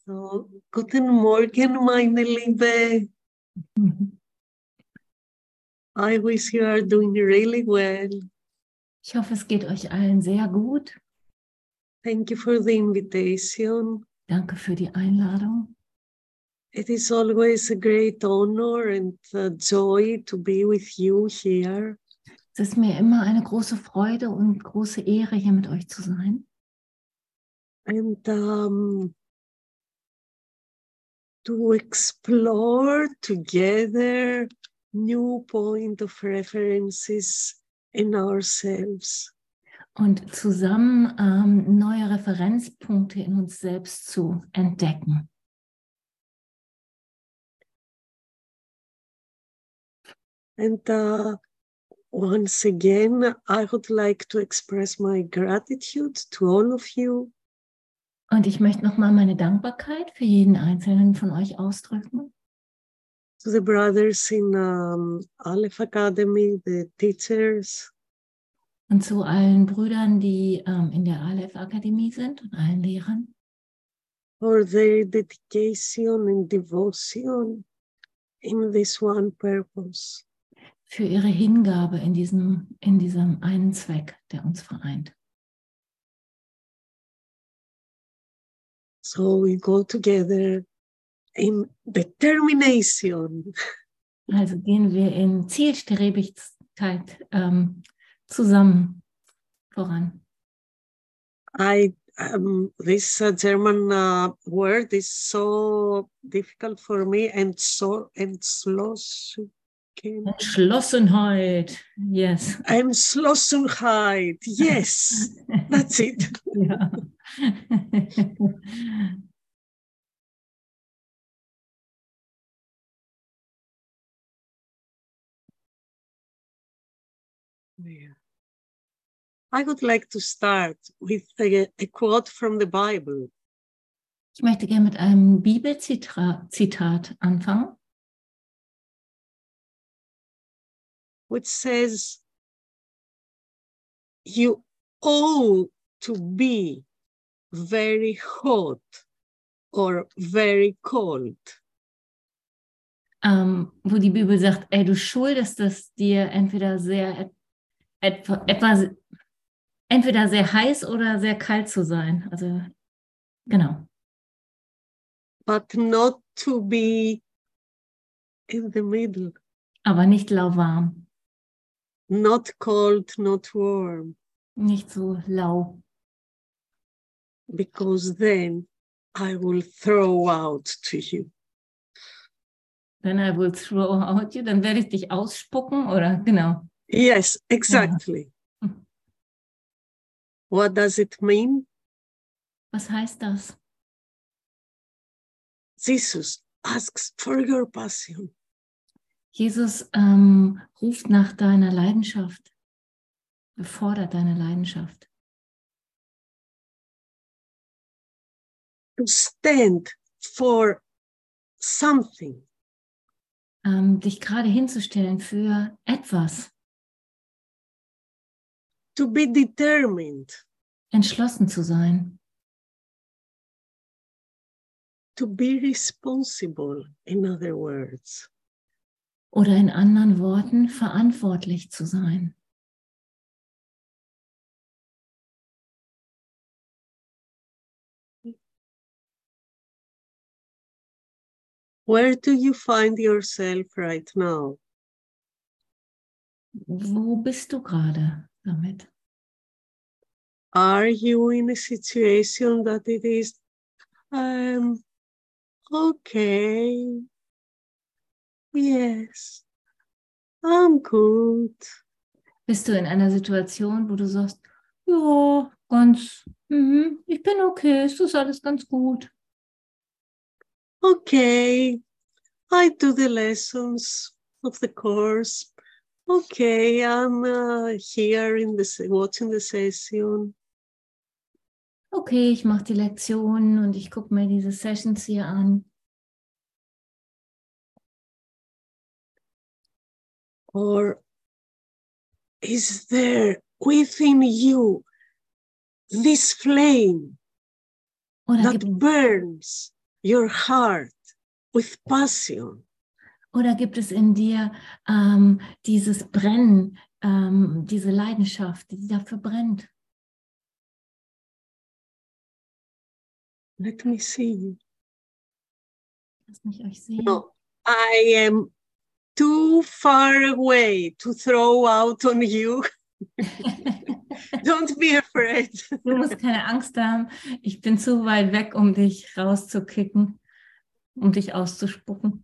So, guten Morgen, meine Liebe. I wish you are doing really well. Ich hoffe, es geht euch allen sehr gut. Thank you for the invitation. Danke für die Einladung. It is always a great honor and a joy to be with you here. Es ist mir immer eine große Freude und große Ehre, hier mit euch zu sein. And to explore together new point of references in ourselves. Und zusammen neue Referenzpunkte in uns selbst zu entdecken. And once again, I would like to express my gratitude to all of you. Und ich möchte nochmal meine Dankbarkeit für jeden Einzelnen von euch ausdrücken. To the brothers in Aleph Academy, the teachers. Und zu allen Brüdern, die in der Aleph-Akademie sind und allen Lehrern. For their dedication and devotion in this one purpose. Für ihre Hingabe in diesem einen Zweck, der uns vereint. So we go together in determination. Also gehen wir in Zielstrebigkeit zusammen voran. This German word is so difficult for me and so entschlossen. Entschlossenheit, yes. Entschlossenheit, yes, that's it. Ja. Yeah. I would like to start with a quote from the Bible. Ich möchte gerne mit einem Bibelzitat anfangen, which says, you ought to be very hot or very cold. Wo die Bibel sagt, ey, du schuldest es dir entweder sehr heiß oder sehr kalt zu sein. Also, genau. But not to be in the middle. Aber nicht lauwarm. Not cold, not warm. Nicht so lau. Because then I will throw out to you. Then I will throw out you. Dann werde ich dich ausspucken, oder? Genau. Yes, exactly. Ja. What does it mean? Was heißt das? Jesus asks for your passion. Jesus ruft nach deiner Leidenschaft, befordert deine Leidenschaft. To stand for something. Dich gerade hinzustellen für etwas. To be determined. Entschlossen zu sein. To be responsible, in other words. Oder in anderen Worten, verantwortlich zu sein. Where do you find yourself right now? Wo bist du gerade damit? Are you in a situation that it is okay? Yes, I'm good. Bist du in einer Situation, wo du sagst, ja, ich bin okay, es ist alles ganz gut. Okay, I do the lessons of the course. Okay, I'm here watching the session. Okay, ich mache die Lektionen und ich gucke mir diese Sessions hier an. Or is there within you this flame Oder that burns your heart with passion. Oder gibt es in dir dieses Brennen, diese Leidenschaft, die dafür brennt? Let me see. Lasst mich euch sehen. No, I am too far away to throw out on you. Don't be afraid. Du musst keine Angst haben. Ich bin zu weit weg, um dich rauszukicken, um dich auszuspucken.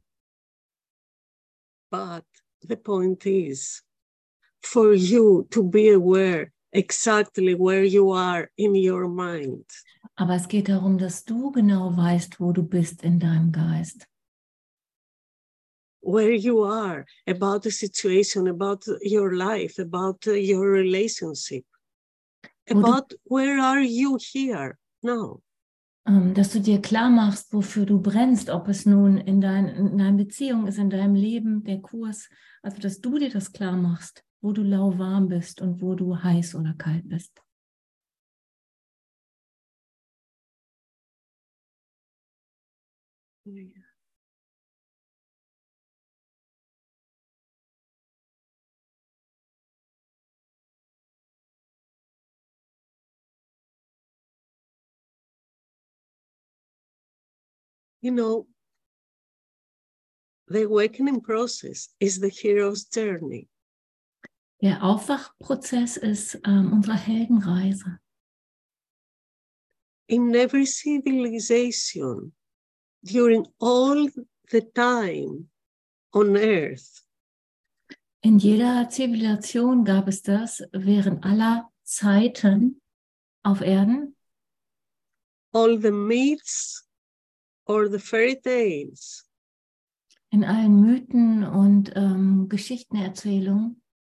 But the point is for you to be aware exactly where you are in your mind. Aber es geht darum, dass du genau weißt, wo du bist in deinem Geist. Where you are about the situation, about your life, about your relationship, about where are you here now. Dass du dir klar machst, wofür du brennst, ob es nun in deiner Beziehung ist, in deinem Leben, der Kurs, also dass du dir das klar machst, wo du lauwarm bist und wo du heiß oder kalt bist. You know, the awakening process is the hero's journey. Der Aufwachprozess ist unsere Heldenreise. In every civilization, during all the time on earth, In jeder Zivilisation gab es das während aller Zeiten auf Erden. all the myths or the fairy tales In allen Mythen und Geschichtenerzählungen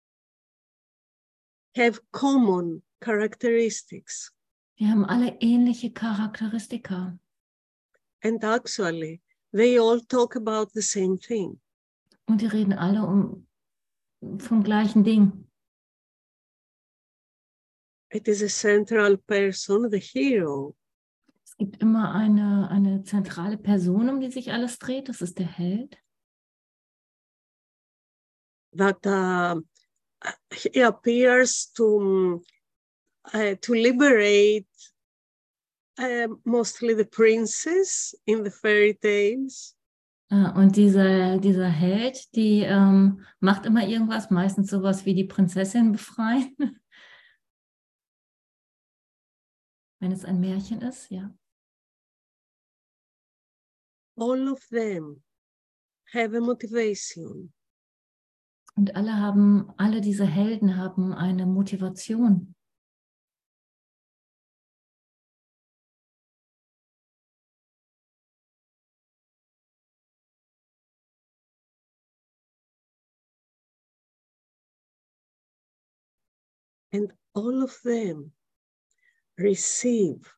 have common characteristics. die haben alle ähnliche Charakteristika. And actually, they all talk about the same thing. Und die reden alle vom gleichen Ding. It is a central person, the hero, Es gibt immer eine zentrale Person, um die sich alles dreht. Das ist der Held. that he appears to liberate mostly the princess in the fairy tales. Und dieser Held, die macht immer irgendwas, meistens sowas wie die Prinzessin befreien. Wenn es ein Märchen ist, ja. All of them have a motivation. Und alle diese Helden haben eine Motivation. And all of them receive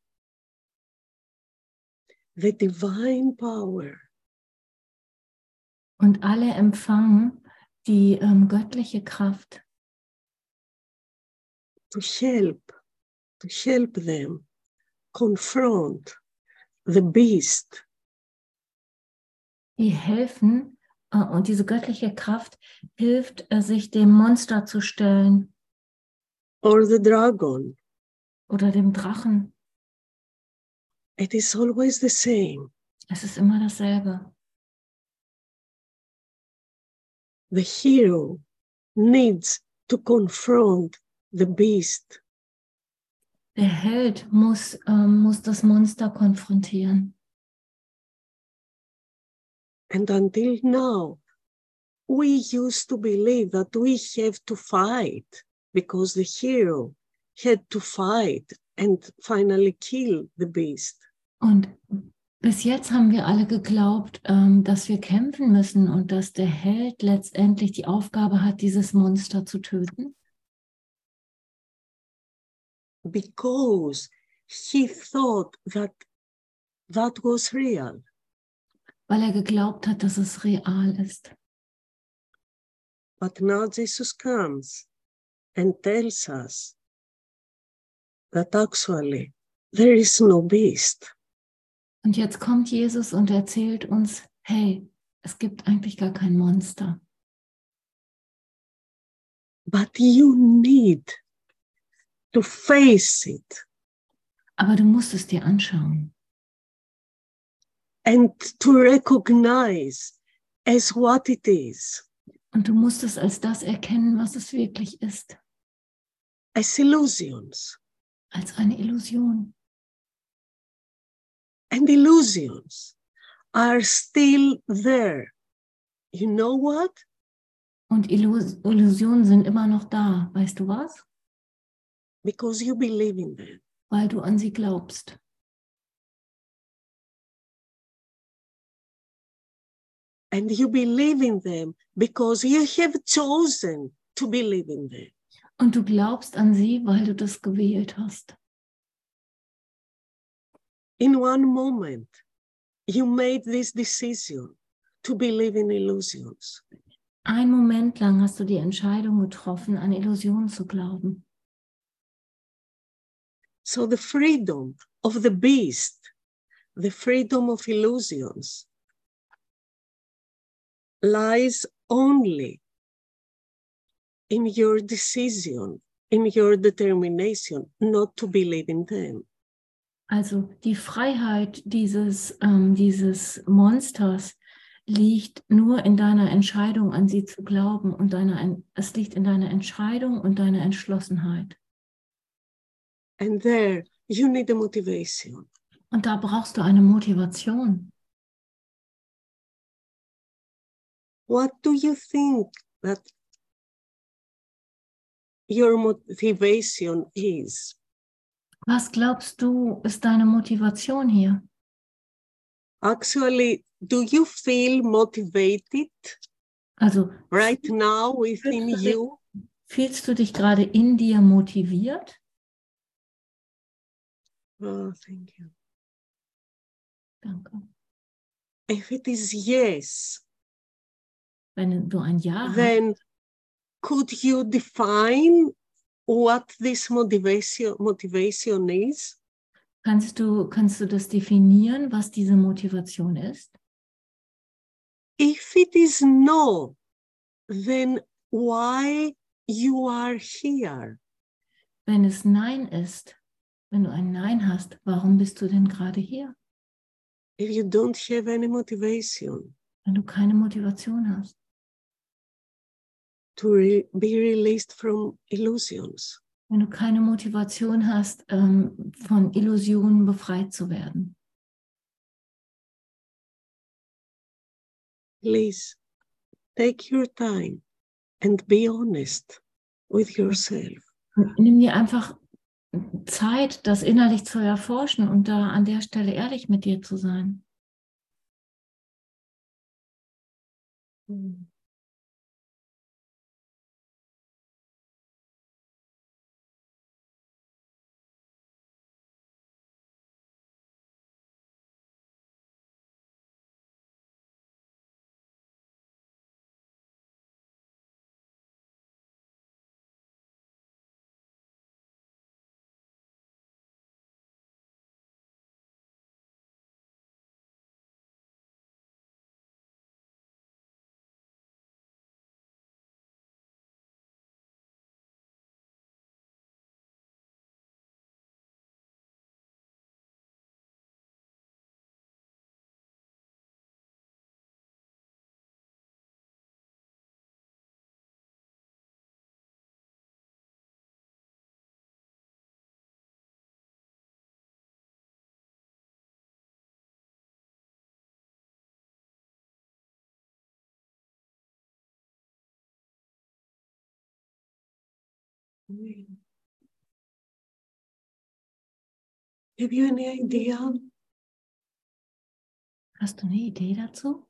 the divine power. Und alle empfangen die göttliche Kraft, to help them confront the beast. die helfen, und diese göttliche Kraft hilft, sich dem Monster zu stellen. Or the dragon. Oder dem Drachen. It is always the same. Es ist immer dasselbe. The hero needs to confront the beast. Der Held muss das Monster konfrontieren. And until now, we used to believe that we have to fight because the hero had to fight and finally kill the beast. Und bis jetzt haben wir alle geglaubt, dass wir kämpfen müssen und dass der Held letztendlich die Aufgabe hat, dieses Monster zu töten. Because he thought that that was real. Weil er geglaubt hat, dass es real ist. But now Jesus comes and tells us that actually there is no beast. Und jetzt kommt Jesus und erzählt uns, hey, es gibt eigentlich gar kein Monster. But you need to face it Aber du musst es dir anschauen and to recognize as what it is, und du musst es als das erkennen, was es wirklich ist, as illusions. als eine Illusion. And illusions are still there. You know what? Und Illusionen sind immer noch da. Weißt du was? Because you believe in them. Weil du an sie glaubst. And you believe in them because you have chosen to believe in them. Und du glaubst an sie, weil du das gewählt hast. In one moment, you made this decision to believe in illusions. Einen Moment lang hast du die Entscheidung getroffen, an Illusionen zu glauben. So the freedom of the beast, the freedom of illusions, lies only in your decision, in your determination not to believe in them. Also die Freiheit dieses Monsters liegt nur in deiner Entscheidung, an sie zu glauben, und es liegt in deiner Entscheidung und deiner Entschlossenheit. And there you need a motivation. Und da brauchst du eine Motivation. What do you think that your motivation is? Was glaubst du, ist deine Motivation hier? Actually, do you feel motivated Also right now within you? Fühlst du dich gerade in dir motiviert? Oh, thank you. Danke. If it is yes, Wenn du ein Ja hast, then could you define what this motivation is? kannst du das definieren, was diese Motivation ist? If it is no, then why you are here? Wenn es Nein ist, wenn du ein Nein hast, warum bist du denn gerade hier? If you don't have any motivation Wenn du keine Motivation hast, to be released from illusions. wenn du keine Motivation hast, von Illusionen befreit zu werden. Please take your time and be honest with yourself. Nimm dir einfach Zeit, das innerlich zu erforschen und da an der Stelle ehrlich mit dir zu sein. Have you any idea? Hast du eine Idee dazu?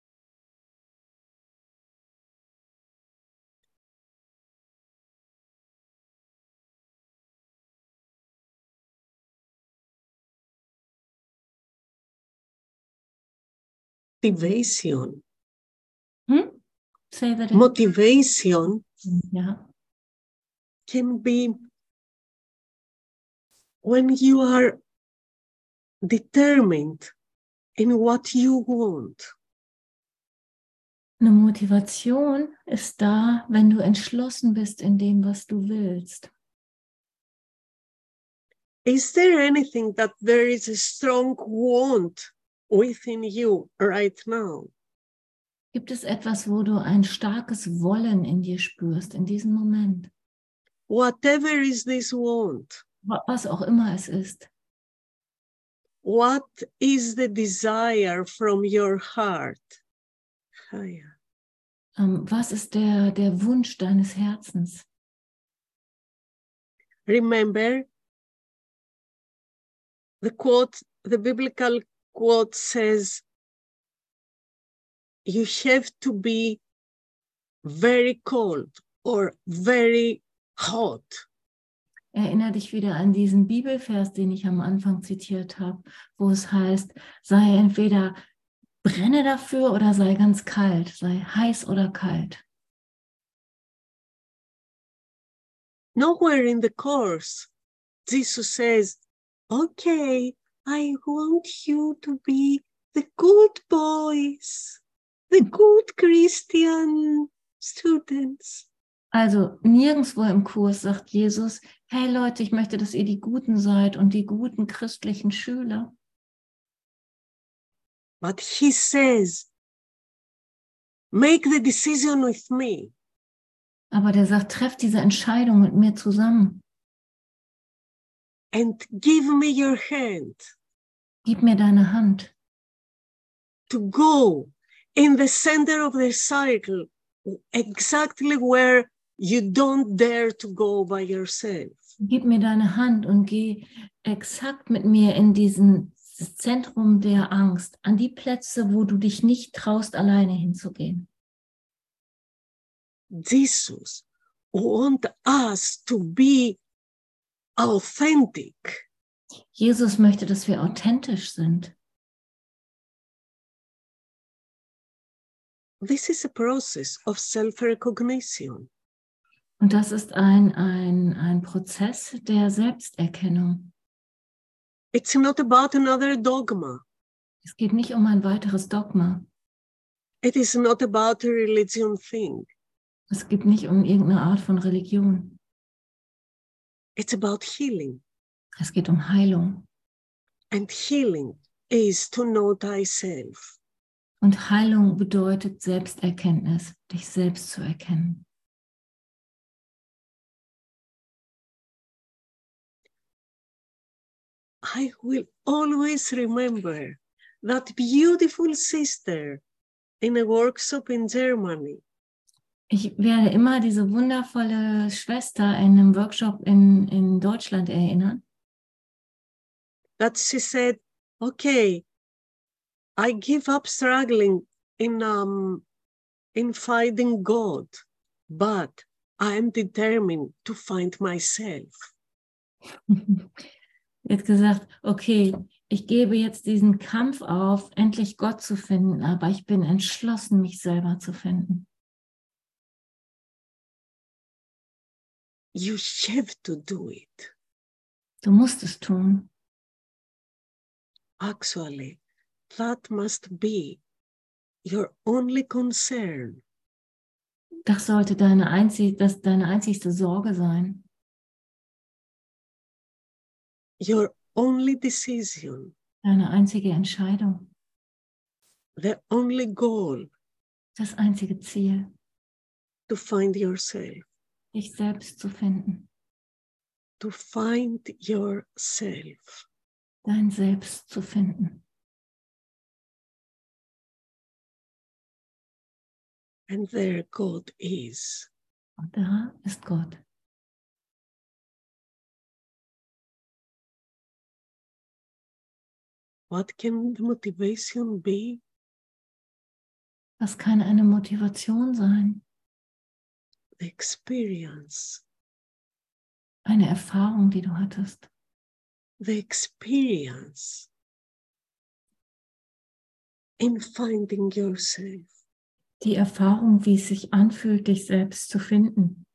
Motivation. Say that again. Motivation Ja. can be when you are determined in what you want. Eine Motivation ist da, wenn du entschlossen bist in dem, was du willst. Is there anything that there is a strong want within you right now? Gibt es etwas, wo du ein starkes Wollen in dir spürst, in diesem Moment? Whatever is this want, Was auch immer es ist. what is the desire from your heart? Higher. Was ist der Wunsch deines Herzens? Remember, the biblical quote says, you have to be very cold or very hot. Erinnere dich wieder an diesen Bibelvers, den ich am Anfang zitiert habe, wo es heißt, sei entweder brenne dafür oder sei ganz kalt, sei heiß oder kalt. Nowhere in the course, Jesus says, okay, I want you to be the good boys, the good Christian students. Also nirgendwo im Kurs sagt Jesus, hey Leute, ich möchte, dass ihr die Guten seid und die guten christlichen Schüler. But he says, make the decision with me. Aber der sagt, trefft diese Entscheidung mit mir zusammen. And give me your hand. Gib mir deine Hand. To go in the center of the circle, exactly where you don't dare to go by yourself. Gib mir deine Hand und geh exakt mit mir in diesen Zentrum der Angst, an die Plätze, wo du dich nicht traust, alleine hinzugehen. Jesus wants us to be authentic. Jesus möchte, dass wir authentisch sind. This is a process of self-recognition. Und das ist ein Prozess der Selbsterkennung. It's not about another dogma. Es geht nicht um ein weiteres Dogma. It is not about a religion thing. Es geht nicht um irgendeine Art von Religion. It's about healing. Es geht um Heilung. And healing is to know thyself. Und Heilung bedeutet Selbsterkenntnis, dich selbst zu erkennen. I will always remember that beautiful sister in a workshop in Germany. Ich werde immer diese wundervolle Schwester in einem Workshop in Deutschland erinnern. That she said, okay, I give up struggling in finding God, but I am determined to find myself. Sie hat gesagt, okay, ich gebe jetzt diesen Kampf auf, endlich Gott zu finden, aber ich bin entschlossen, mich selber zu finden. You have to do it. Du musst es tun. Actually, that must be your only concern. Das sollte deine einzigste Sorge sein. Your only decision. Deine einzige Entscheidung. The only goal. Das einzige Ziel. To find yourself. Dich selbst zu finden. To find yourself. Dein Selbst zu finden. And there God is. Und da ist Gott. What can the motivation be? Was kann eine Motivation sein? The experience. Eine Erfahrung, die du hattest. The experience in finding yourself. Die Erfahrung, wie es sich anfühlt, dich selbst zu finden.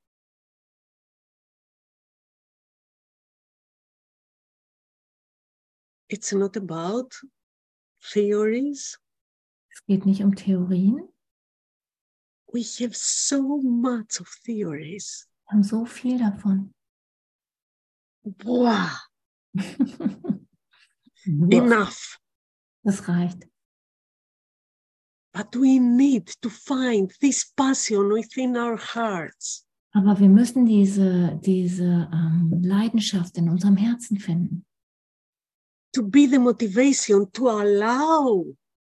It's not about theories. Es geht nicht um Theorien. We have so much of theories. Wir haben so viel davon. Wow, enough. Das reicht. But we need to find this passion within our hearts. Aber wir müssen diese Leidenschaft in unserem Herzen finden. To be the motivation to allow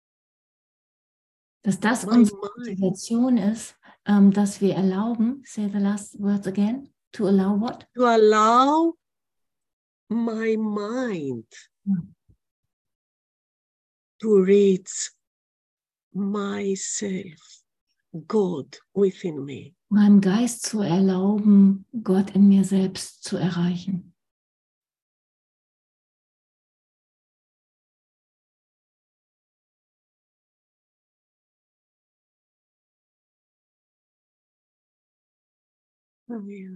Dass das my unsere mind, Motivation ist, dass wir erlauben, say the last words again, to allow what? to allow my mind to reach myself, God within me. Meinem Geist zu erlauben, Gott in mir selbst zu erreichen. Oh, yeah.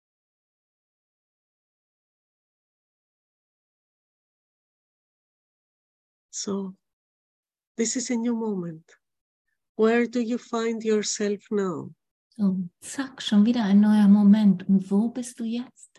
So, this is a new moment. Where do you find yourself now? So, zack, schon wieder ein neuer Moment. Und wo bist du jetzt?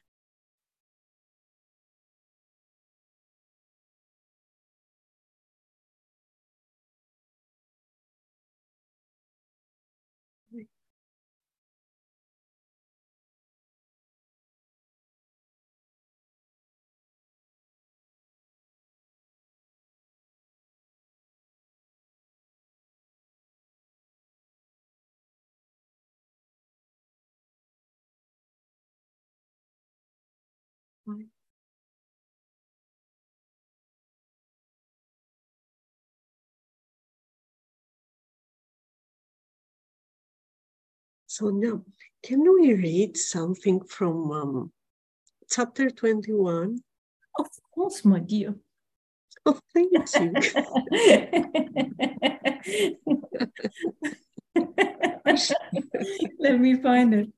So now, can we read something from chapter 21? Of course, my dear. Oh, thank you. Let me find it.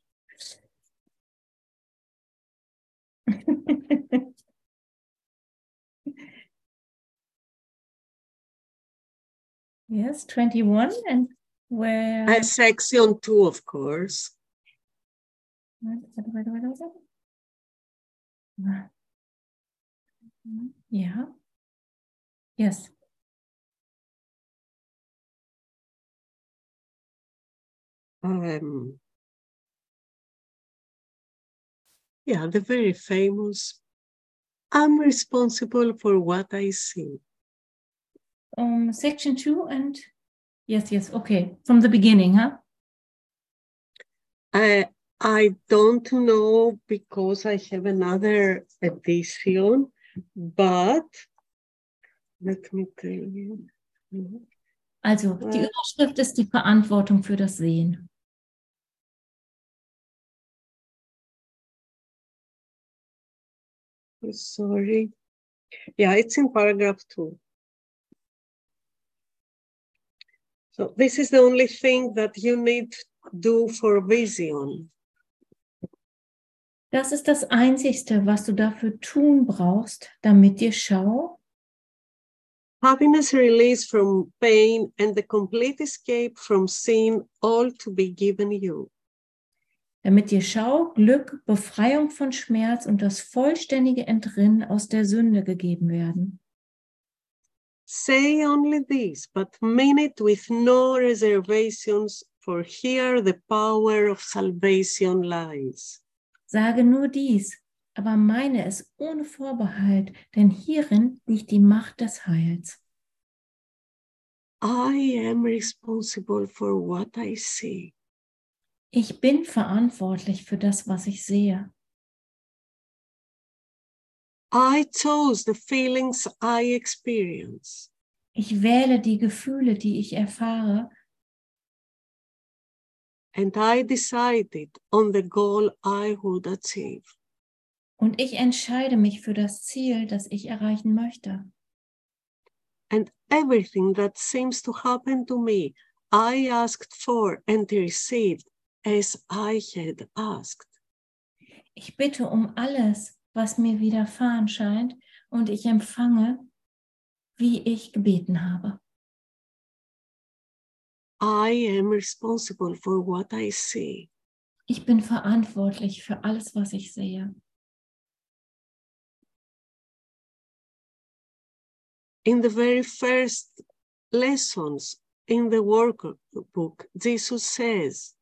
Yes, 21 and where? Section 2, of course. Yeah. Yes. Yeah, the very famous, I'm responsible for what I see. Section 2 and yes, okay. From the beginning, huh? I don't know because I have another edition, but let me tell you. Also, die Überschrift ist die Verantwortung für das Sehen. Sorry. Yeah, it's in paragraph 2. So this is the only thing that you need to do for vision. Das ist das Einzigste, was du dafür tun brauchst, damit dir Schau, Happiness release from pain and the complete escape from sin all to be given you. damit dir Schau, Glück, Befreiung von Schmerz und das vollständige Entrinnen aus der Sünde gegeben werden. Say only this, but mean it with no reservations, for here the power of salvation lies. Sage nur dies, aber meine es ohne Vorbehalt, denn hierin liegt die Macht des Heils. I am responsible for what I see. Ich bin verantwortlich für das, was ich sehe. I chose the feelings I experience. Ich wähle die Gefühle, die ich erfahre, And I decided on the goal I would achieve. und ich entscheide mich für das Ziel, das ich erreichen möchte. And everything that seems to happen to me, I asked for and received as I had asked. Ich bitte um alles, was mir widerfahren scheint, und ich empfange, wie ich gebeten habe. I am responsible for what I see. Ich bin verantwortlich für alles, was ich sehe. In the very first lessons in the workbook, Jesus says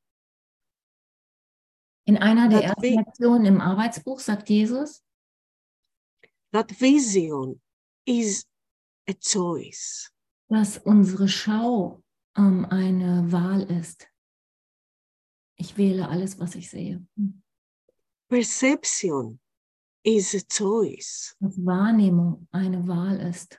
In einer der that, ersten Lektionen im Arbeitsbuch sagt Jesus, that vision is a choice. dass unsere Schau eine Wahl ist. Ich wähle alles, was ich sehe. Perception is a choice. Dass Wahrnehmung eine Wahl ist.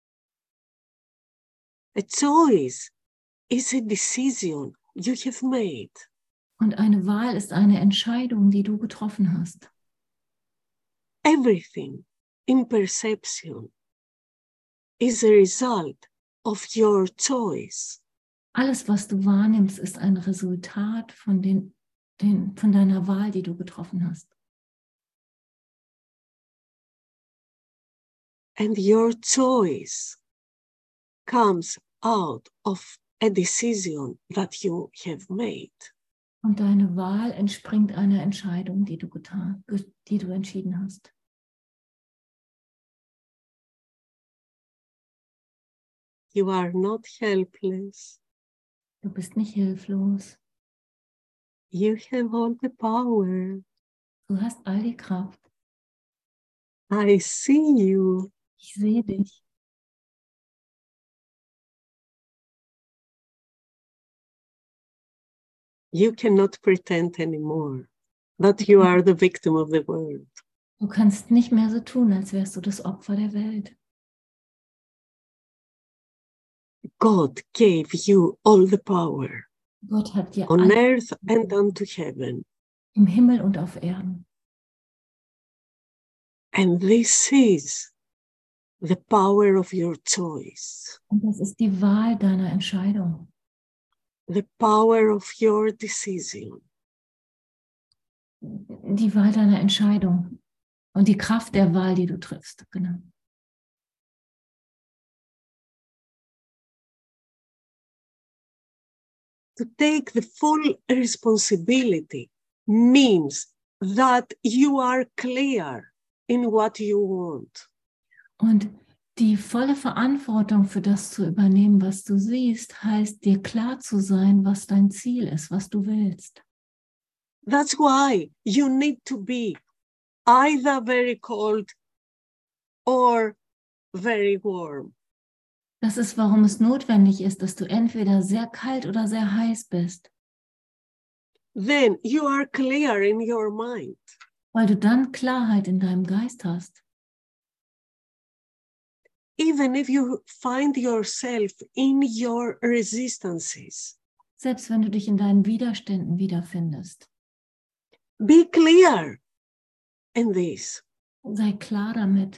A choice is a decision you have made. Und eine Wahl ist eine Entscheidung, die du getroffen hast. Everything in perception is a result of your choice. Alles, was du wahrnimmst, ist ein Resultat von deiner Wahl, die du getroffen hast. And your choice comes out of a decision that you have made. Und deine Wahl entspringt einer Entscheidung, die du entschieden hast. You are not helpless. Du bist nicht hilflos. You have all the power. Du hast all die Kraft. I see you. Ich sehe dich. You cannot pretend anymore that you are the victim of the world. Du kannst nicht mehr so tun, als wärst du das Opfer der Welt. God gave you all the power Gott hat dir on alles earth and unto heaven. im Himmel und auf Erden. And this is the power of your choice, Und das ist die Wahl deiner Entscheidung. the power of your decision. Die Wahl deiner Entscheidung. Und die Kraft der Wahl, die du triffst. Genau. To take the full responsibility means that you are clear in what you want. Und die volle Verantwortung für das zu übernehmen, was du siehst, heißt dir klar zu sein, was dein Ziel ist, was du willst. That's why you need to be either very cold or very warm. Das ist, warum es notwendig ist, dass du entweder sehr kalt oder sehr heiß bist. Then you are clear in your mind. Weil du dann Klarheit in deinem Geist hast. Even if you find yourself in your resistances. Selbst wenn du dich in deinen Widerständen wiederfindest. Be clear in this. Sei klar damit.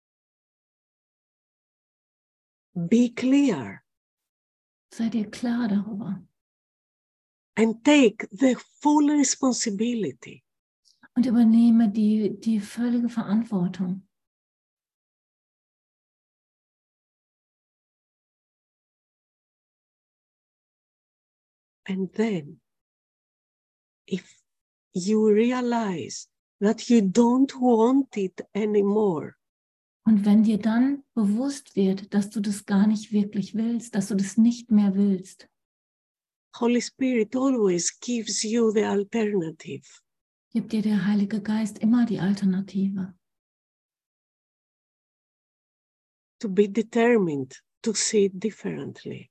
Be clear. Sei dir klar darüber. And take the full responsibility. Und übernehme die völlige Verantwortung. And then, if you realize that you don't want it anymore, Und wenn dir dann bewusst wird, dass du das gar nicht wirklich willst, dass du das nicht mehr willst, Holy Spirit always gives you the alternative. gibt dir der Heilige Geist immer die Alternative. To be determined to see it differently.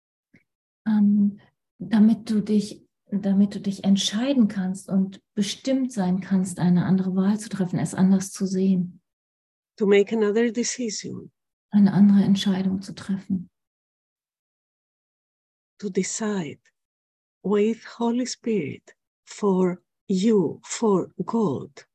Damit du dich entscheiden kannst und bestimmt sein kannst, eine andere Wahl zu treffen, es anders zu sehen. To make another decision. Eine andere Entscheidung zu treffen. To decide with Holy Spirit for you, for God.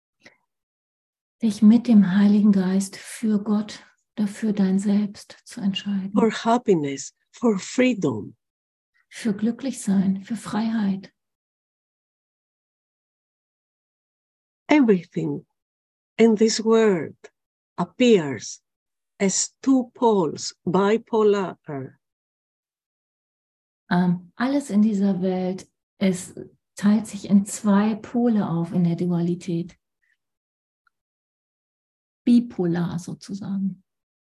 Dich mit dem Heiligen Geist für Gott, dafür dein Selbst zu entscheiden. For happiness, for freedom. Für Glücklichsein, für Freiheit. Everything in this world appears as two poles, bipolar. Alles in dieser Welt, es teilt sich in zwei Pole auf in der Dualität. Bipolar sozusagen.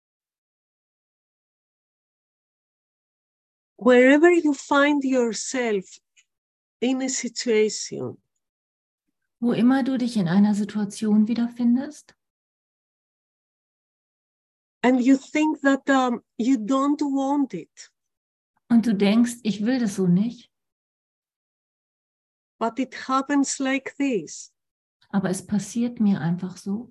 Wherever you find yourself in a situation, Wo immer du dich in einer Situation wiederfindest and you think that you don't want it, und du denkst, ich will das so nicht, but it happens like this. aber es passiert mir einfach so.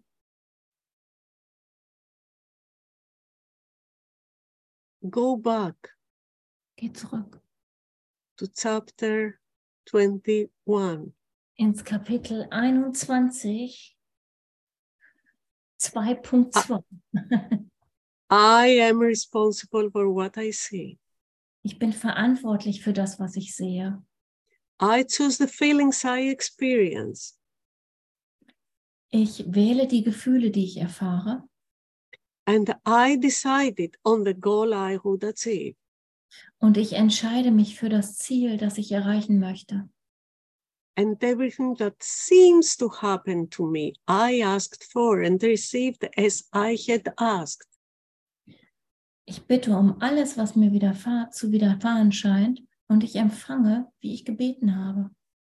Go back Geh zurück to chapter 21. ins Kapitel 21, 2.2. I am responsible for what I see. Ich bin verantwortlich für das, was ich sehe. I choose the feelings I experience. Ich wähle die Gefühle, die ich erfahre. And I decided on the goal I would achieve. Und ich entscheide mich für das Ziel, das ich erreichen möchte. And everything that seems to happen to me, I asked for and received as I had asked. Ich bitte um alles, was mir zu widerfahren scheint, und ich empfange, wie ich gebeten habe.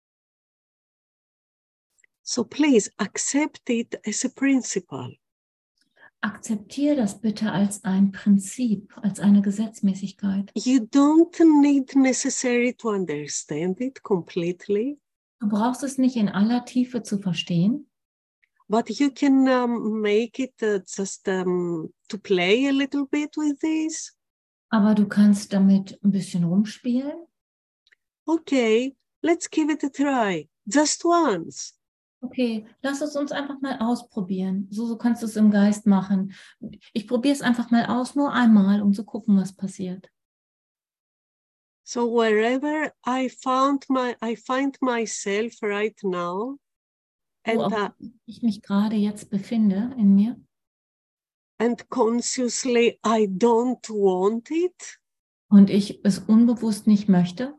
So please accept it as a principle. Akzeptiere das bitte als ein Prinzip, als eine Gesetzmäßigkeit. You don't need necessarily to understand it completely, Du brauchst es nicht in aller Tiefe zu verstehen, but you can make it just to play a little bit with this. aber du kannst damit ein bisschen rumspielen. Okay, let's give it a try, just once. Okay, lass es uns einfach mal ausprobieren. So kannst du es im Geist machen. Ich probiere es einfach mal aus, nur einmal, um zu gucken, was passiert. So wherever I find myself right now, Wo auch ich mich gerade jetzt befinde in mir. and consciously I don't want it, Und ich es unbewusst nicht möchte,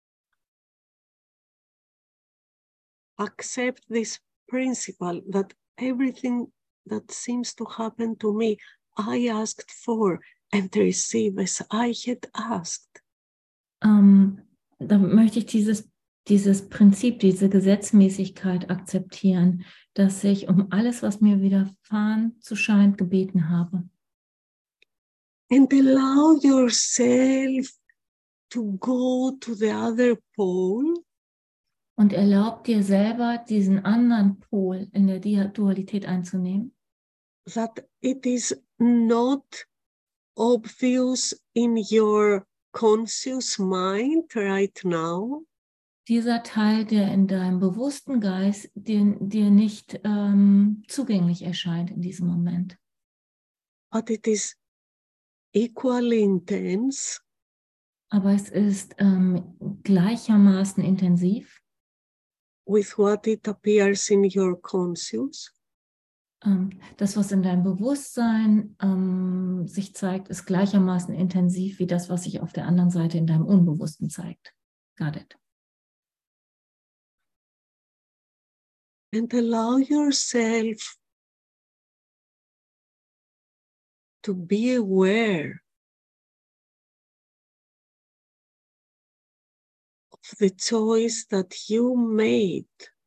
accept this principle that everything that seems to happen to me, I asked for and receive as I had asked. da möchte ich dieses Prinzip, diese Gesetzmäßigkeit akzeptieren, dass ich um alles, was mir widerfahren zu scheint, gebeten habe. And allow yourself to go to the other pole. Und erlaub dir selber, diesen anderen Pol in der Dualität einzunehmen. That it is not obvious in your conscious mind right now. Dieser Teil, der in deinem bewussten Geist dir nicht zugänglich erscheint in diesem Moment. But it is equally intense. Aber es ist gleichermaßen intensiv. With what it appears in your conscious. Das, was in deinem Bewusstsein sich zeigt, ist gleichermaßen intensiv wie das, was sich auf der anderen Seite in deinem Unbewussten zeigt. Got it. And allow yourself to be aware of the choice that you made,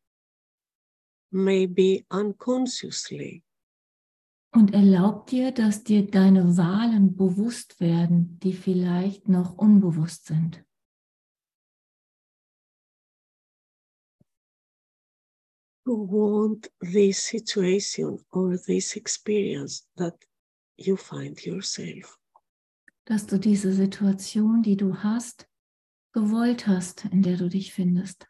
maybe unconsciously. Und erlaub dir, dass dir deine Wahlen bewusst werden, die vielleicht noch unbewusst sind. You want this situation or this experience that you find yourself. Dass du diese Situation, die du hast, gewollt hast, in der du dich findest.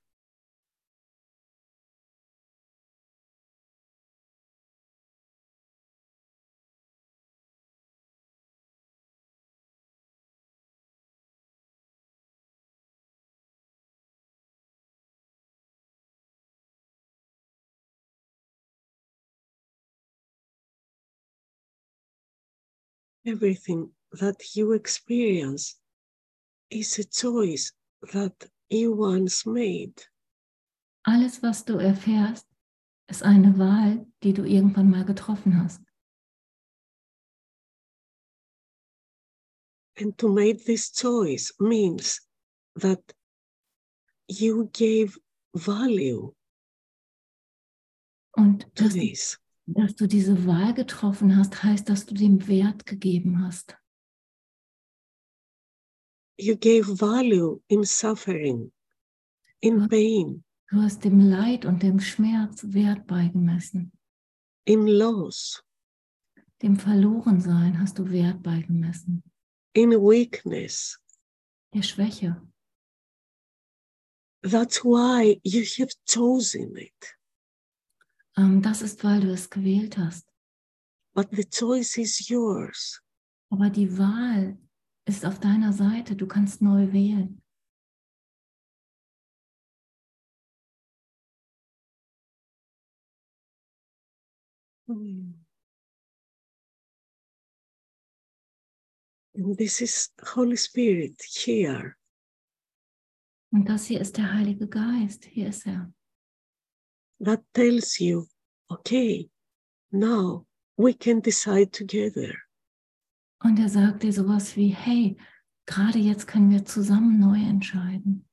Everything that you experience is a choice that you once made. Alles, was du erfährst, ist eine Wahl, die du irgendwann mal getroffen hast. And to make this choice means that you gave value Und to this. dass du diese Wahl getroffen hast, heißt, dass du dem Wert gegeben hast. You gave value in suffering, in pain, Du hast dem Leid und dem Schmerz Wert beigemessen. in loss, Dem Verlorensein hast du Wert beigemessen. in weakness. Der Schwäche. That's why you have chosen it. Das ist, weil du es gewählt hast. But the choice is yours. Aber die Wahl ist auf deiner Seite. Du kannst neu wählen. And this is Holy Spirit here. Und das hier ist der Heilige Geist. Hier ist er. That tells you, okay, now we can decide together. Und er sagt dir sowas wie, hey, gerade jetzt können wir zusammen neu entscheiden.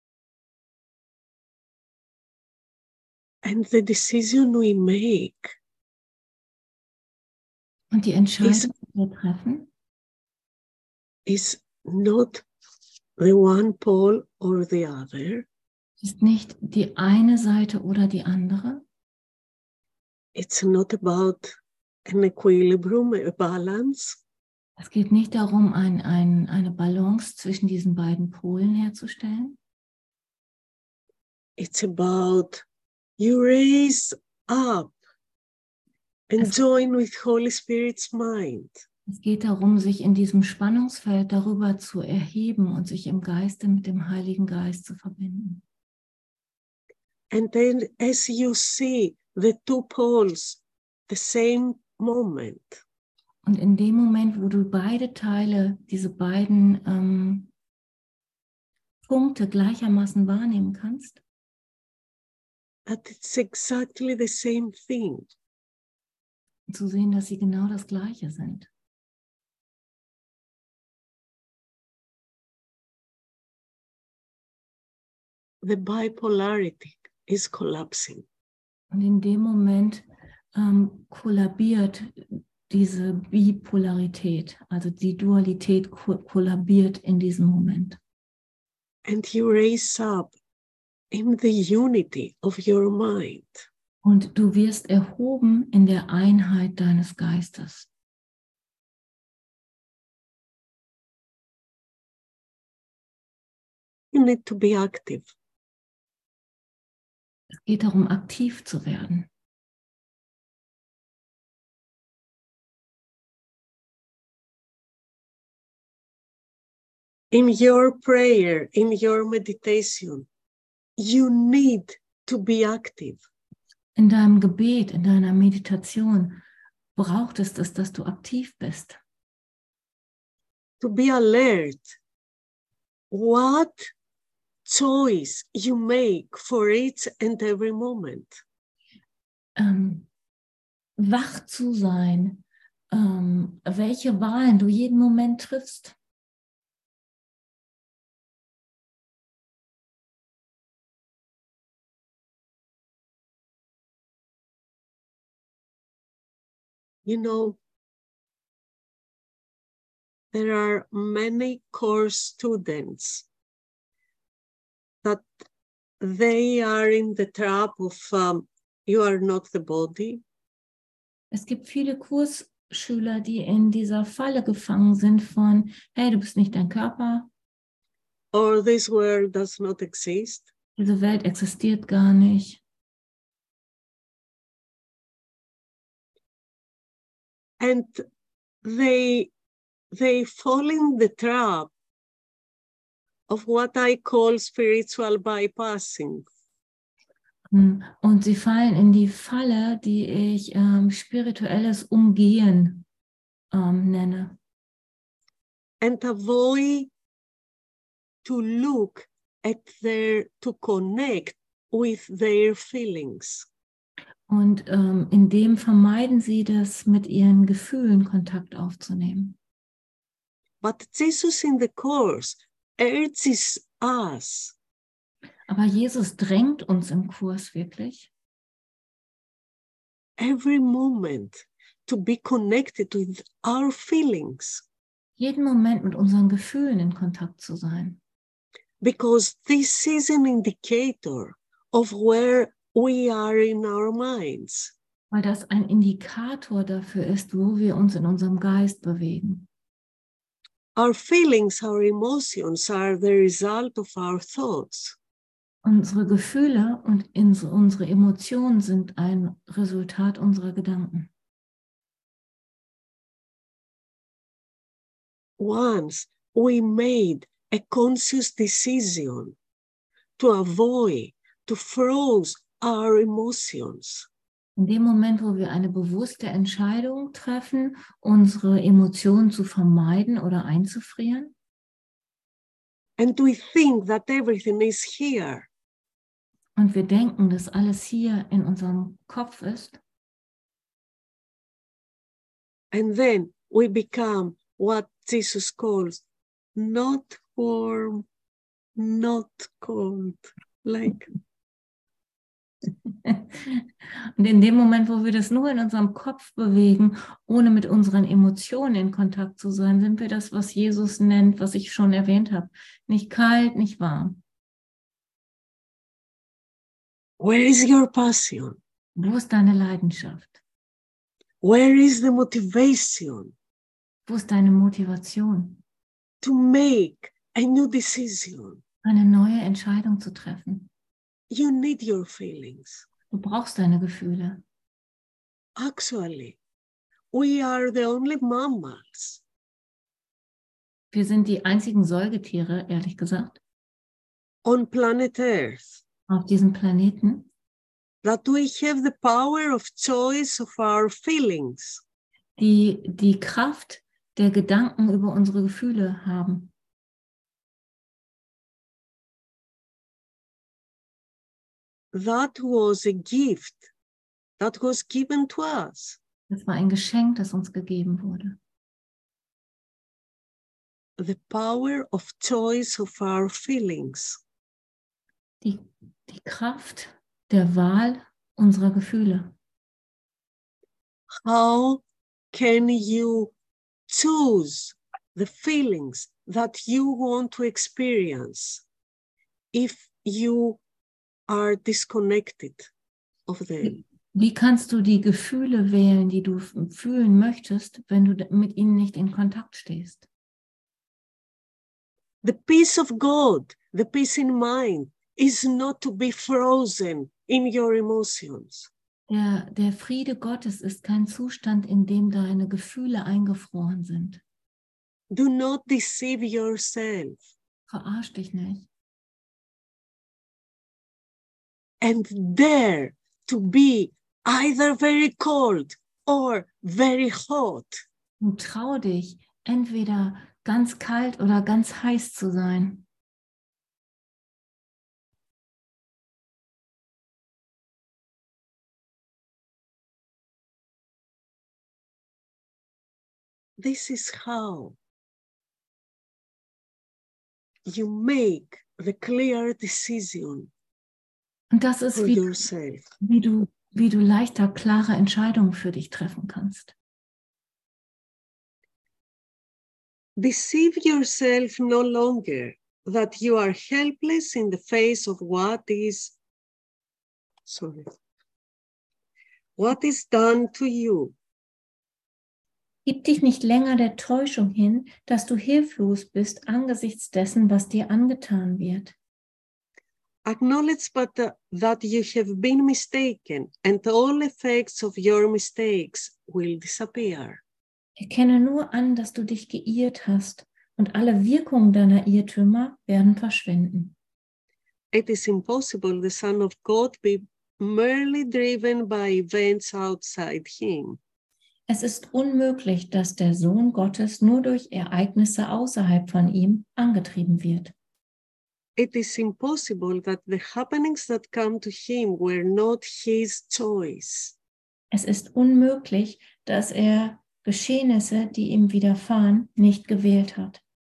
And the decision we make Und die Entscheidung, die wir treffen, is not the one pole or the other. ist nicht die eine Seite oder die andere. It's not about an equilibrium, a balance. Es geht nicht darum, eine Balance zwischen diesen beiden Polen herzustellen. It's about you raise up and join with Holy Spirit's mind. Es geht darum, sich in diesem Spannungsfeld darüber zu erheben und sich im Geiste mit dem Heiligen Geist zu verbinden. And then as you see the two poles the same moment, Und in dem Moment, wo du beide Teile, diese beiden Punkte gleichermaßen wahrnehmen kannst, that it's exactly the same thing. zu sehen, dass sie genau das Gleiche sind. The bipolarity is collapsing. Und in dem Moment kollabiert diese Bipolarität, also die Dualität kollabiert in diesem Moment. And you raise up in the unity of your mind. Und du wirst erhoben in der Einheit deines Geistes. You need to be active. Es geht darum, aktiv zu werden. In your prayer, in your meditation, you need to be active. In deinem Gebet, in deiner Meditation braucht es, dass du aktiv bist. To be alert. What choice you make for each and every moment. Wach zu sein, welche Wahlen du jeden Moment triffst. You know, there are many course students that they are in the trap of you are not the body. Es gibt viele Kursschüler, die in dieser Falle gefangen sind von, hey, du bist nicht dein Körper. Or this world does not exist. Diese Welt existiert gar nicht. And they fall in the trap of what I call spiritual bypassing. Und sie fallen in die Falle, die ich spirituelles Umgehen nenne. and avoid to look at to connect with their feelings. Und in dem vermeiden sie das, mit ihren Gefühlen Kontakt aufzunehmen. But Jesus in the Course urges us Aber Jesus drängt uns im Kurs wirklich, every moment to be connected with our feelings, jeden Moment mit unseren Gefühlen in Kontakt zu sein. because this is an indicator of where we are in our minds. Weil das ein Indikator dafür ist, wo wir uns in unserem Geist bewegen. Our feelings, our emotions are the result of our thoughts. Unsere Gefühle und unsere Emotionen sind ein Resultat unserer Gedanken. Once we made a conscious decision to avoid, to freeze our emotions, In dem Moment, wo wir eine bewusste Entscheidung treffen, unsere Emotionen zu vermeiden oder einzufrieren, and we think that everything is here, und wir denken, dass alles hier in unserem Kopf ist, and then we become what Jesus calls not warm, not cold, like. und in dem Moment, wo wir das nur in unserem Kopf bewegen, ohne mit unseren Emotionen in Kontakt zu sein, sind wir das, was Jesus nennt, was ich schon erwähnt habe. Nicht kalt, nicht warm. Where is your passion? Wo ist deine Leidenschaft? Where is the motivation Wo ist deine Motivation, to make a new decision? eine neue Entscheidung zu treffen? You need your feelings. Du brauchst deine Gefühle. Actually, we are the only mammals Wir sind die einzigen Säugetiere, ehrlich gesagt, on planet Earth auf diesem Planeten, that we have the power of choice of our feelings. die Kraft der Gedanken über unsere Gefühle haben. That was a gift that was given to us. Das war ein Geschenk, das uns gegeben wurde. The power of choice of our feelings. Die Kraft der Wahl unserer Gefühle. How can you choose the feelings that you want to experience if you are disconnected of them? Wie kannst du die Gefühle wählen, die du fühlen möchtest, wenn du mit ihnen nicht in Kontakt stehst? The peace of God, the peace in mind, is not to be frozen in your emotions. Der Friede Gottes ist kein Zustand, in dem deine Gefühle eingefroren sind. Do not deceive yourself. Verarsch dich nicht. And dare to be either very cold or very hot. Und trau dich, entweder ganz kalt oder ganz heiß zu sein. This is how you make the clear decision Und das ist, for yourself. wie du leichter, klare Entscheidungen für dich treffen kannst. Deceive yourself no longer that you are helpless in the face of what is done to you. Gib dich nicht länger der Täuschung hin, dass du hilflos bist angesichts dessen, was dir angetan wird. Acknowledge that you have been mistaken and all effects of your mistakes will disappear. Erkenne nur an, dass du dich geirrt hast und alle Wirkungen deiner Irrtümer werden verschwinden. It is impossible the Son of God be merely driven by events outside him. Es ist unmöglich, dass der Sohn Gottes nur durch Ereignisse außerhalb von ihm angetrieben wird. It is impossible that the happenings that come to him were not his choice. Es ist unmöglich, dass er Geschehnisse, die ihm widerfahren, nicht gewählt hat.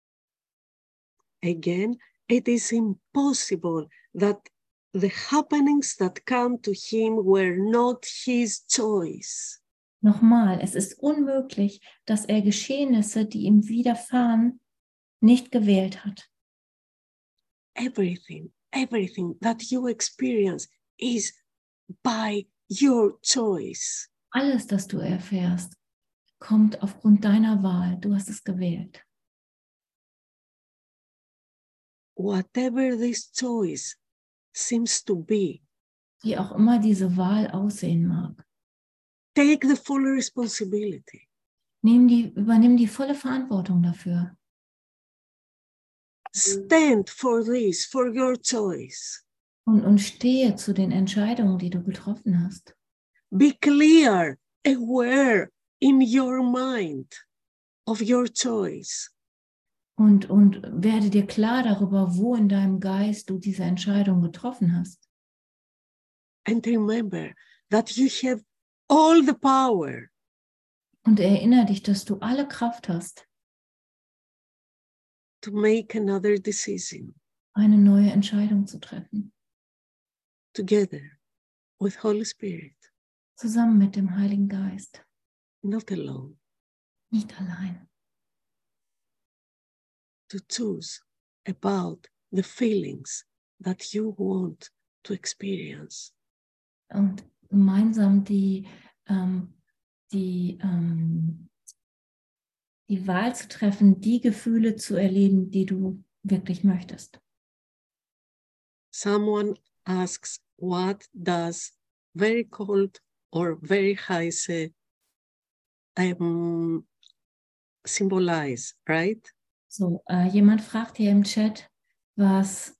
Again, it is impossible that the happenings that come to him were not his choice. Nochmal, es ist unmöglich, dass er Geschehnisse, die ihm widerfahren, nicht gewählt hat. Everything that you experience is by your choice. Alles, das du erfährst, kommt aufgrund deiner Wahl. Du hast es gewählt. Whatever this choice seems to be, Wie auch immer diese Wahl aussehen mag. take the full responsibility. Übernimm die volle Verantwortung dafür. Stand for this, for your choice. Und stehe zu den Entscheidungen, die du getroffen hast. Be clear, aware in your mind of your choice. Und werde dir klar darüber, wo in deinem Geist du diese Entscheidung getroffen hast. And remember that you have all the power. Und erinnere dich, dass du alle Kraft hast, To make another decision eine neue Entscheidung zu treffen. together with Holy Spirit, Zusammen mit dem Heiligen Geist. not alone. Nicht allein. To choose about the feelings that you want to experience. Und gemeinsam die Wahl zu treffen, die Gefühle zu erleben, die du wirklich möchtest. Someone asks, what does very cold or very heiße symbolize, right? So, jemand fragt hier im Chat, was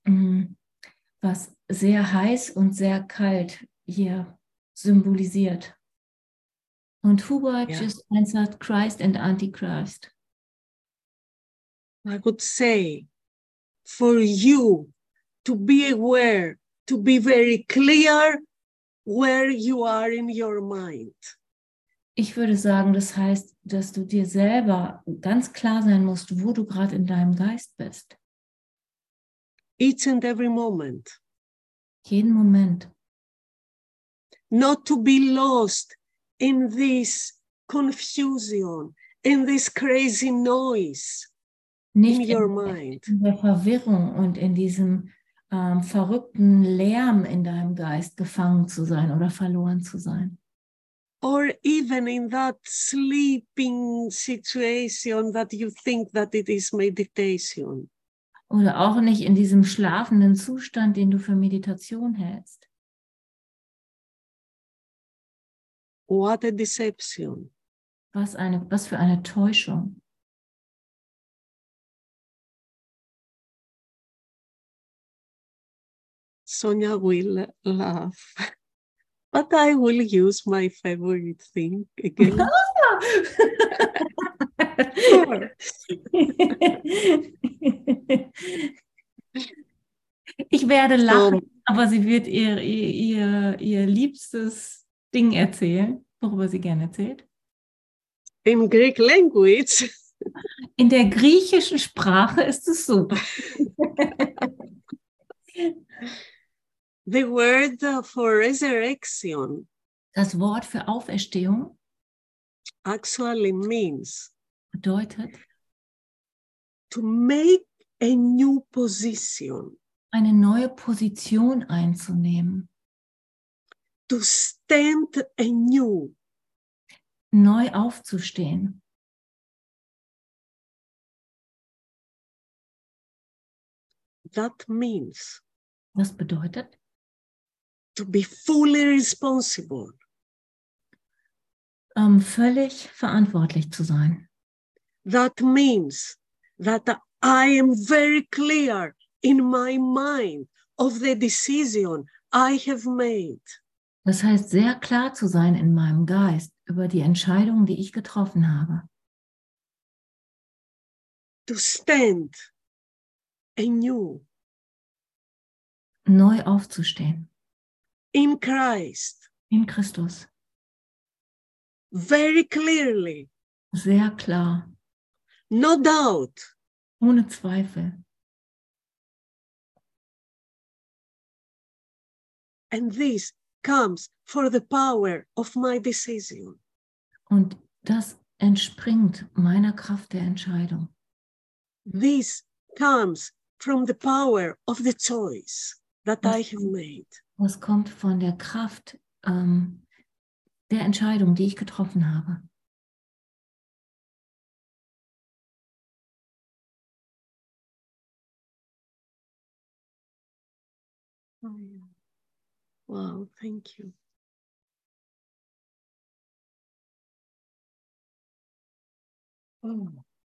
sehr heiß und sehr kalt hier symbolisiert. Und Hubert just answered Christ and Antichrist. I would say for you to be aware, to be very clear where you are in your mind. Ich würde sagen, das heißt, dass du dir selber ganz klar sein musst, wo du gerade in deinem Geist bist. Each and every moment. Jeden Moment. Not to be lost in this confusion, in this crazy noise Nicht in your mind. In der Verwirrung und in diesem verrückten Lärm in deinem Geist gefangen zu sein oder verloren zu sein. Or even in that sleeping situation that you think that it is meditation. Oder auch nicht in diesem schlafenden Zustand, den du für Meditation hältst. What a deception. Was für eine Täuschung. Sonia will laugh, but I will use my favorite thing again. Ich werde lachen, aber sie wird ihr liebstes Ding erzählen, worüber sie gerne erzählt. In Greek language. In der griechischen Sprache ist es so. The word for resurrection. Das Wort für Auferstehung actually means bedeutet, to make a new position. Eine neue Position einzunehmen. To stand anew. Neu aufzustehen. That means. Das bedeutet, to be fully responsible. Völlig verantwortlich zu sein. That means that I am very clear in my mind of the decision I have made. Das heißt, sehr klar zu sein in meinem Geist über die Entscheidungen, die ich getroffen habe. To stand anew Neu aufzustehen. in Christ, In Christus. very clearly, Sehr klar. no doubt. Ohne Zweifel. And this comes for the power of my decision. Und das entspringt meiner Kraft der Entscheidung. This comes from the power of the choice that I have made. Das kommt von der Kraft der Entscheidung, die ich getroffen habe. Oh, yeah. Wow, thank you. Oh.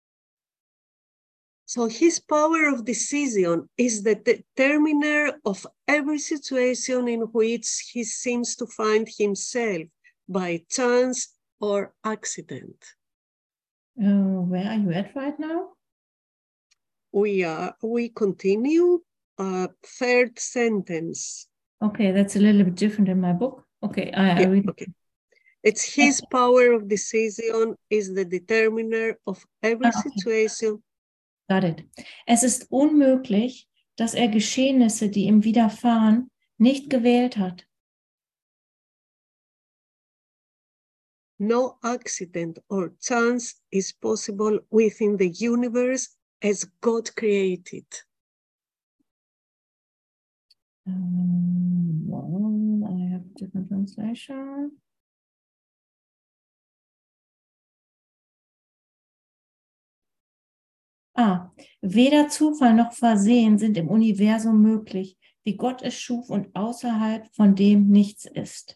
So his power of decision is the determiner of every situation in which he seems to find himself by chance or accident. Where are you at right now? We continue, third sentence. Okay, that's a little bit different in my book. Okay, I read. Okay. It's his power of decision is the determiner of every situation. Got it. Es ist unmöglich, dass er Geschehnisse, die ihm widerfahren, nicht gewählt hat. No accident or chance is possible within the universe as God created. Well, I have a different translation. Weder Zufall noch Versehen sind im Universum möglich, wie Gott es schuf und außerhalb von dem nichts ist.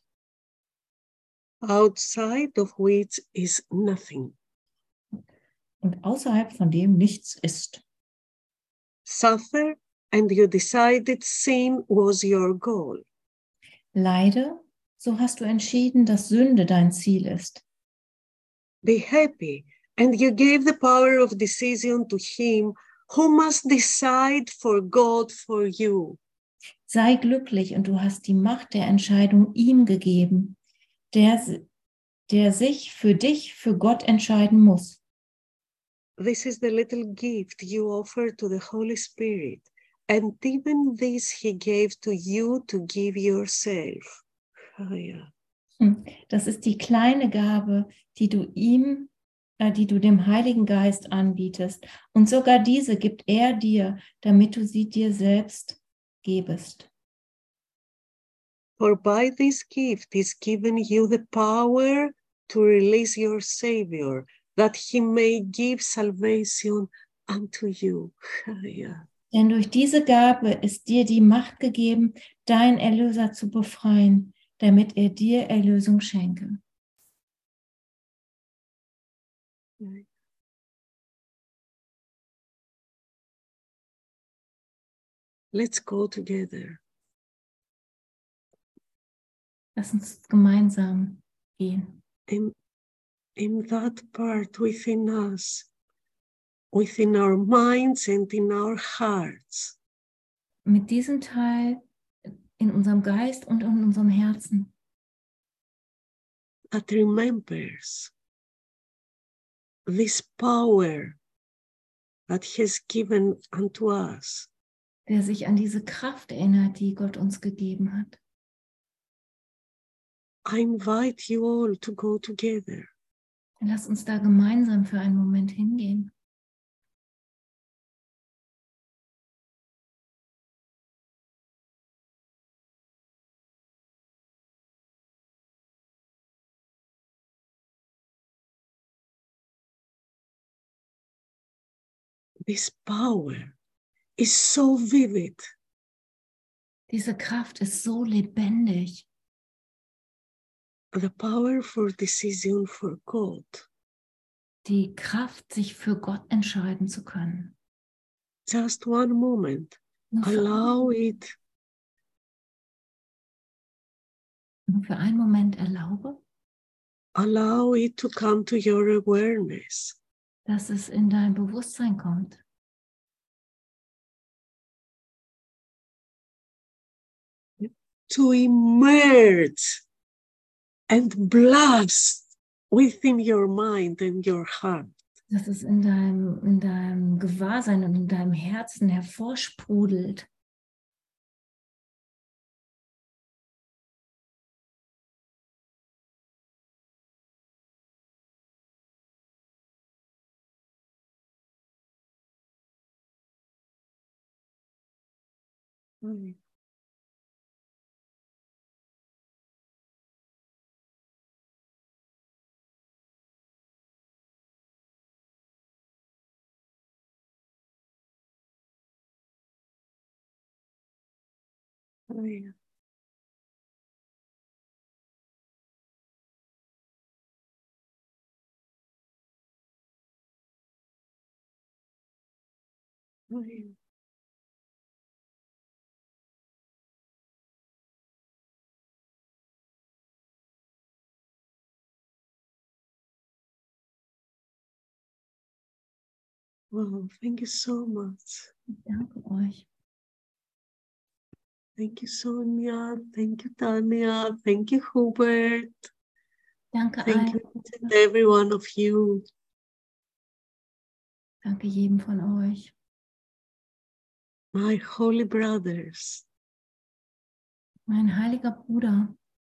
Outside of which is nothing. Und außerhalb von dem nichts ist. Suffer and you decided sin was your goal. Leide, so hast du entschieden, dass Sünde dein Ziel ist. Be happy and you gave the power of decision to him who must decide for God for you. Sei glücklich und du hast die Macht der Entscheidung ihm gegeben, der sich für dich, für Gott entscheiden muss. This is the little gift you offer to the Holy Spirit, and even this he gave to you to give yourself. Oh, yeah. Das ist die kleine Gabe, die du dem Heiligen Geist anbietest. Und sogar diese gibt er dir, damit du sie dir selbst gebest. For by this gift is given you the power to release your Savior, that he may give salvation unto you. Yeah. Denn durch diese Gabe ist dir die Macht gegeben, deinen Erlöser zu befreien, damit er dir Erlösung schenke. Let's go together. Lass uns gemeinsam gehen. In that part within us, within our minds and in our hearts. Mit diesem Teil in unserem Geist und in unserem Herzen. That remembers this power that he has given unto us. Der sich an diese Kraft erinnert, die Gott uns gegeben hat. I invite you all to go together. Lass uns da gemeinsam für einen Moment hingehen. This power is so vivid. Diese Kraft ist so lebendig. The power for decision for God. Die Kraft, sich für Gott entscheiden zu können. Just one moment. Allow it Nur für einen Moment erlaube, allow it to come to your awareness. dass es in dein Bewusstsein kommt. To emerge and blast within your mind and your heart. Dass es in deinem Gewahrsein und in deinem Herzen hervorsprudelt. Oh, yeah. Oh, yeah. Wow, thank you so much. Ich danke euch. Thank you, Sonia. Thank you, Tanya. Thank you, Hubert. Danke Thank allen. you to every one of you. Danke jedem von euch. My holy brothers. Mein heiliger Bruder.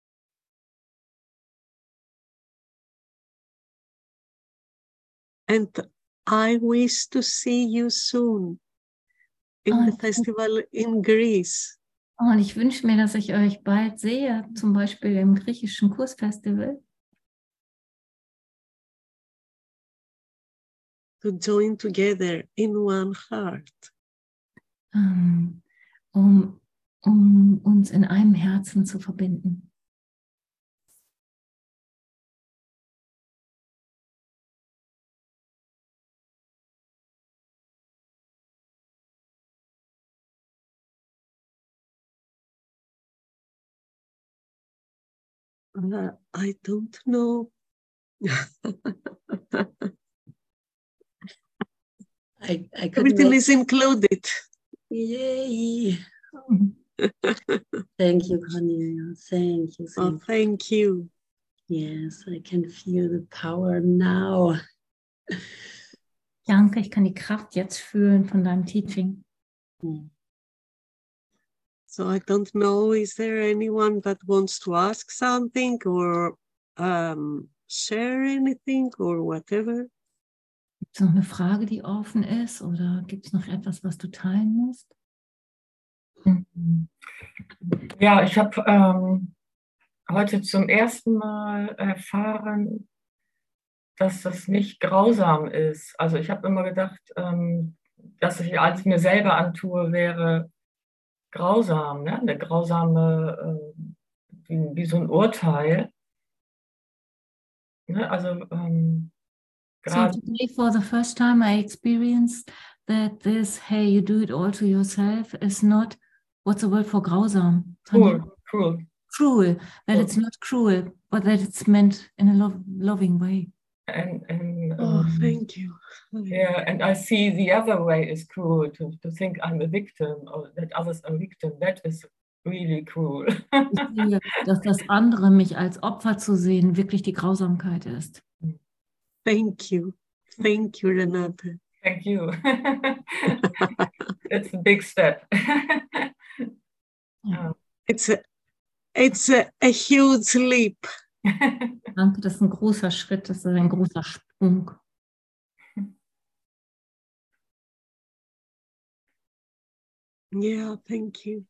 And I wish to see you soon in the festival in Greece. Und ich wünsche mir, dass ich euch bald sehe, zum Beispiel im griechischen Kursfestival. To join together in one heart. Um uns in einem Herzen zu verbinden. I don't know. Everything is included. Yay. Thank you, Cornelia. Thank you. Oh, thank you. Yes, I can feel the power now. Danke, ich kann die Kraft jetzt fühlen von deinem Teaching. So I don't know, is there anyone that wants to ask something or share anything or whatever? Gibt es noch eine Frage, die offen ist, oder gibt es noch etwas, was du teilen musst? Ja, ich habe heute zum ersten Mal erfahren, dass das nicht grausam ist. Also ich habe immer gedacht, dass ich alles mir selber antue, wäre grausam, ne? Eine grausame, wie so ein Urteil. Ne? Also So gerade today for the first time I experienced that this, hey, you do it all to yourself is not, what's the word for grausam? cruel. Cruel, that it's not cruel, but that it's meant in a loving way. And Thank you. yeah, and I see the other way is cruel, to think I'm a victim or that others are victim. That is really cruel. Ich sehe, dass das andere, mich als Opfer zu sehen, wirklich die Grausamkeit ist. Thank you. Thank you, Renate. Thank you. It's a big step. It's a huge leap. Danke, das ist ein großer Schritt, das ist ein großer Sprung. Yeah, thank you.